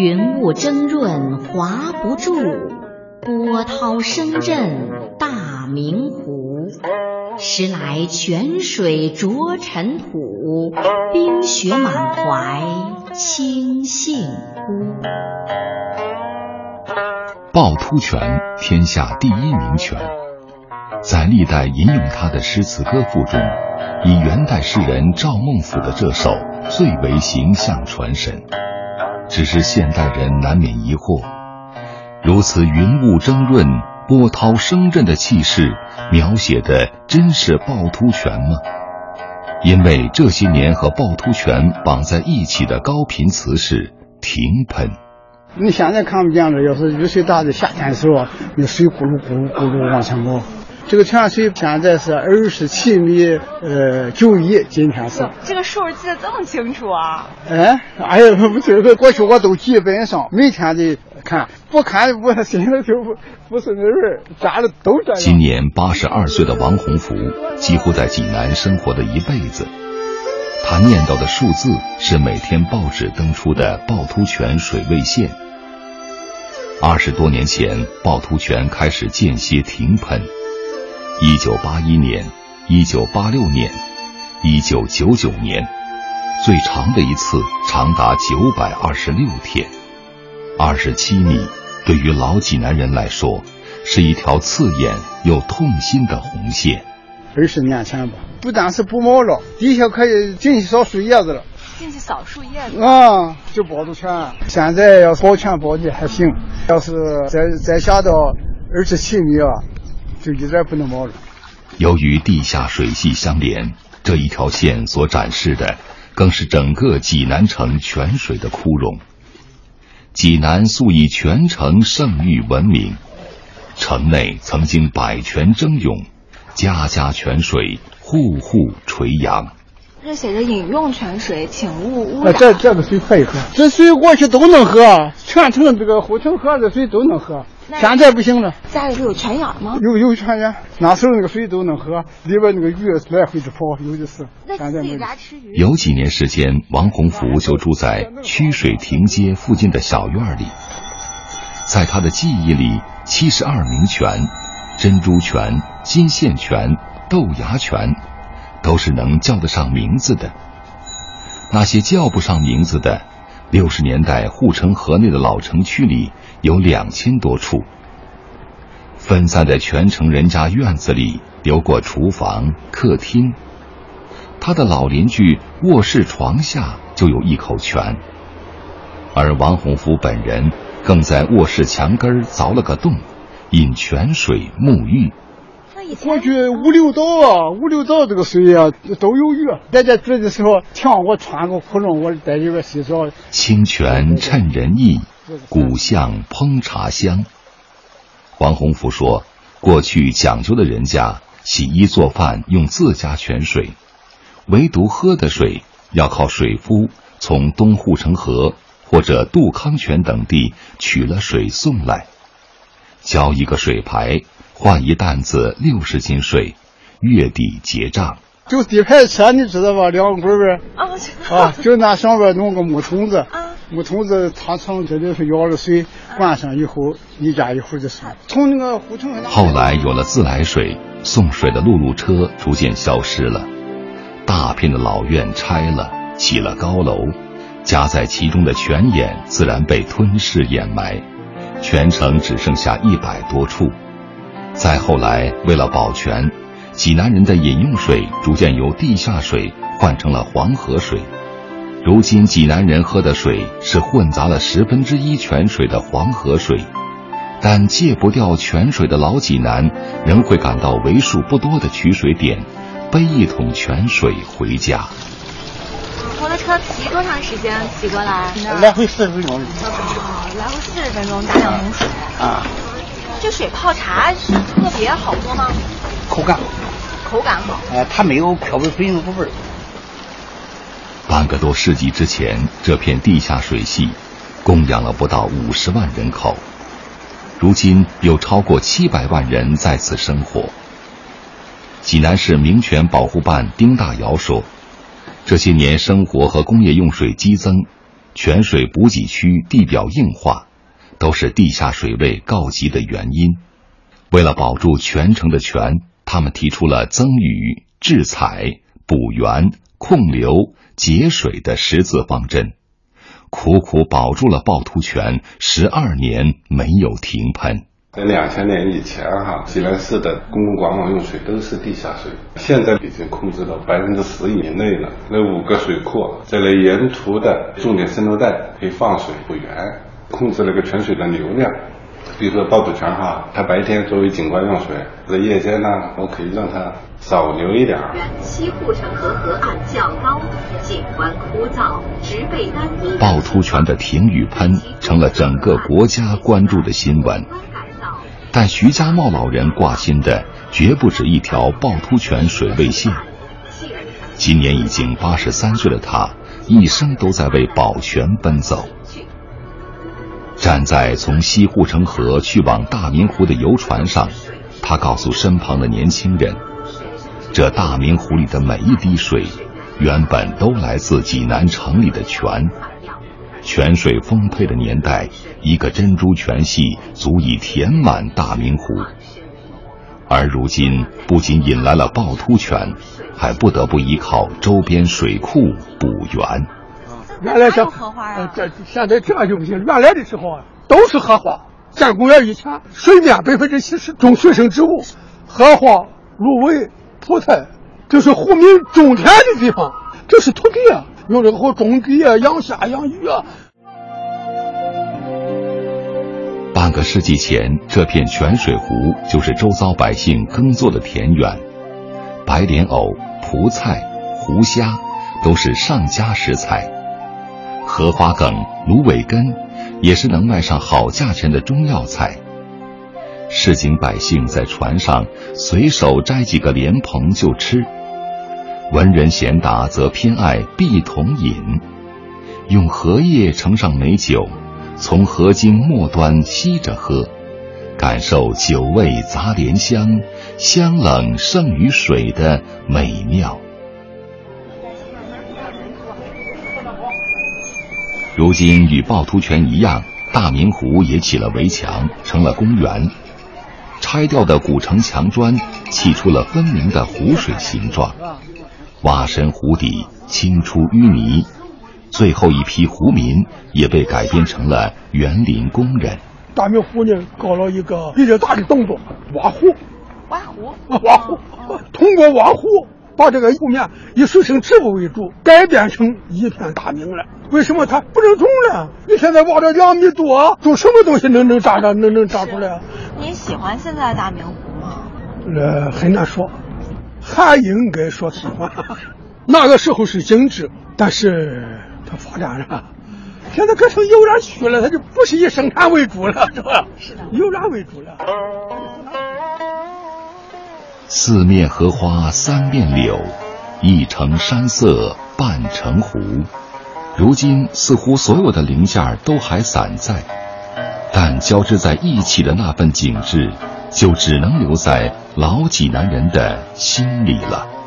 云雾蒸润华不住，波涛声震大明湖。时来泉水浊尘土，冰雪满怀清幸乎。 趵突泉，天下第一名泉，在历代吟咏他的诗词歌赋中，以元代诗人赵孟頫的这首最为形象传神。只是现代人难免疑惑，如此云雾蒸润、波涛声震的气势，描写的真是趵突泉吗？因为这些年和趵突泉绑在一起的高频词是停喷。 你现在看不见了，要是雨水大的夏天的时候，那水咕噜咕噜咕噜往前冒。这个泉水现在是27米91，今天是。 这个数记得这么清楚啊？ 哎呀，不是，过去我都记本上，每天得看，不看我心里就不是那味儿，咋的都这样。 今年82岁的王洪福几乎在济南生活的一辈子，他念叨的数字是每天报纸登出的趵突泉水位线。20多年前，趵突泉开始间歇停喷。1981年、1986年、1999年，最长的一次长达926天。27米，对于老济南人来说，是一条刺眼又痛心的红线。 20年前吧，不但是不冒了，底下可以进去扫树叶子了。 进去扫树叶子啊，就趵突泉。现在要保泉保的还行，要是再下到27米啊，就一点不能冒了。 由于地下水系相连，这一条线所展示的更是整个济南城泉水的枯荣。济南素以泉城盛誉闻名，城内曾经百泉争涌，家家泉水，户户垂杨。 这写着饮用泉水，请勿污染。 这个水可以喝，这水过去都能喝，全城这个护城河的水都能喝。现在不行了。 家里头有泉眼吗？ 有泉眼，那时候那个水都能喝，里边那个鱼来回的跑，有的是。 那自己家吃鱼。 有几年时间，王洪福就住在曲水亭街附近的小院里。在他的记忆里，72名泉、珍珠泉、金线泉、豆芽泉都是能叫得上名字的。那些叫不上名字的，60年代护城河内的老城区里有2000多处，分散在全城人家院子里，有过厨房、客厅。他的老邻居卧室床下就有一口泉，而王洪福本人更在卧室墙根凿了个洞，饮泉水沐浴。 过去5、6道这个水啊都有鱼，在这住的时候，墙我穿个窟窿，我在里边洗澡。 清泉趁人意，古巷烹茶香。王洪福说，过去讲究的人家洗衣做饭用自家泉水，唯独喝的水要靠水夫从东护城河或者杜康泉等地取了水送来，交一个水牌，换一担子60斤水，月底结账。 就底盘车你知道吧，2棍儿就拿上边弄个木桶子，木桶子它从这里是舀了水，灌上以后一家一户的水。从那个护城河。 后来有了自来水，送水的路路车逐渐消失了，大片的老院拆了，起了高楼，夹在其中的泉眼自然被吞噬掩埋，全城只剩下100多处。再后来，为了保全，济南人的饮用水逐渐由地下水换成了黄河水。如今济南人喝的水是混杂了1/10泉水的黄河水，但戒不掉泉水的老济南仍会赶到为数不多的取水点，背一桶泉水回家。 摩托车骑多长时间骑过来？ 来回40分钟。 来回40分钟打2桶水啊。这水泡茶是特别好喝吗？ 口感好。 它没有漂白水那个味儿。 半个多世纪之前，这片地下水系供养了不到50万人口，如今有超过700万人在此生活。济南市民权保护办丁大尧说，这些年生活和工业用水激增， 泉水补给区地表硬化，都是地下水位告急的原因。为了保住全城的泉，他们提出了增雨、治采、补源、控流、节水的10字方针，苦苦保住了趵突泉12年没有停喷。 在2000年以前济南市的公共管网用水都是地下水，现在已经控制到10%以内了。那5个水库在那沿途的重点渗透带可以放水补源，控制那个泉水的流量。比如说趵突泉它白天作为景观用水，在夜间呢，我可以让它少流一点。 西护城河河岸较高，景观枯燥，植被单一。 趵突泉的停雨喷成了整个国家关注的新闻。但徐家茂老人挂心的绝不止一条趵突泉水位线。今年已经83岁的他，一生都在为保泉奔走。站在从西护城河去往大明湖的游船上，他告诉身旁的年轻人，这大明湖里的每一滴水原本都来自济南城里的泉。泉水丰沛的年代，一个珍珠泉系足以填满大明湖。而如今不仅引来了趵突泉，还不得不依靠周边水库补源。 原来这荷花现在这就不行，原来的时候都是荷花。建公园以前水面70%种水生植物，荷花、芦苇、葡萄，这是湖民种田的地方，这是土地用这个湖种地养虾养鱼半个世纪前，这片泉水湖就是周遭百姓耕作的田园，白莲藕、蒲菜、湖虾都是上佳食材，荷花梗、芦苇根也是能卖上好价钱的中药材。市井百姓在船上随手摘几个莲蓬就吃，文人贤达则偏爱碧桐饮，用荷叶盛上美酒，从荷茎末端吸着喝，感受酒味杂莲香，香冷胜于水的美妙。如今与趵突泉一样，大明湖也起了围墙，成了公园。拆掉的古城墙砖砌出了分明的湖水形状，挖深湖底，清出淤泥。最后一批湖民也被改编成了园林工人。 大明湖呢，搞了一个比较大的动作，挖湖，通过挖湖，把这个湖面以水生植物为主，改变成一片大明了。为什么它不能种了？你现在挖到2米多，种什么东西能长出来？ 你喜欢现在的大明湖吗？ 很难说，还应该说喜欢。那个时候是景致，但是它发展了，现在改成游览区了，它就不是以生产为主了，是吧？是的，游览为主了。 四面荷花三面柳，一城山色半城湖。如今似乎所有的零件都还散在，但交织在一起的那份景致，就只能留在老济南人的心里了。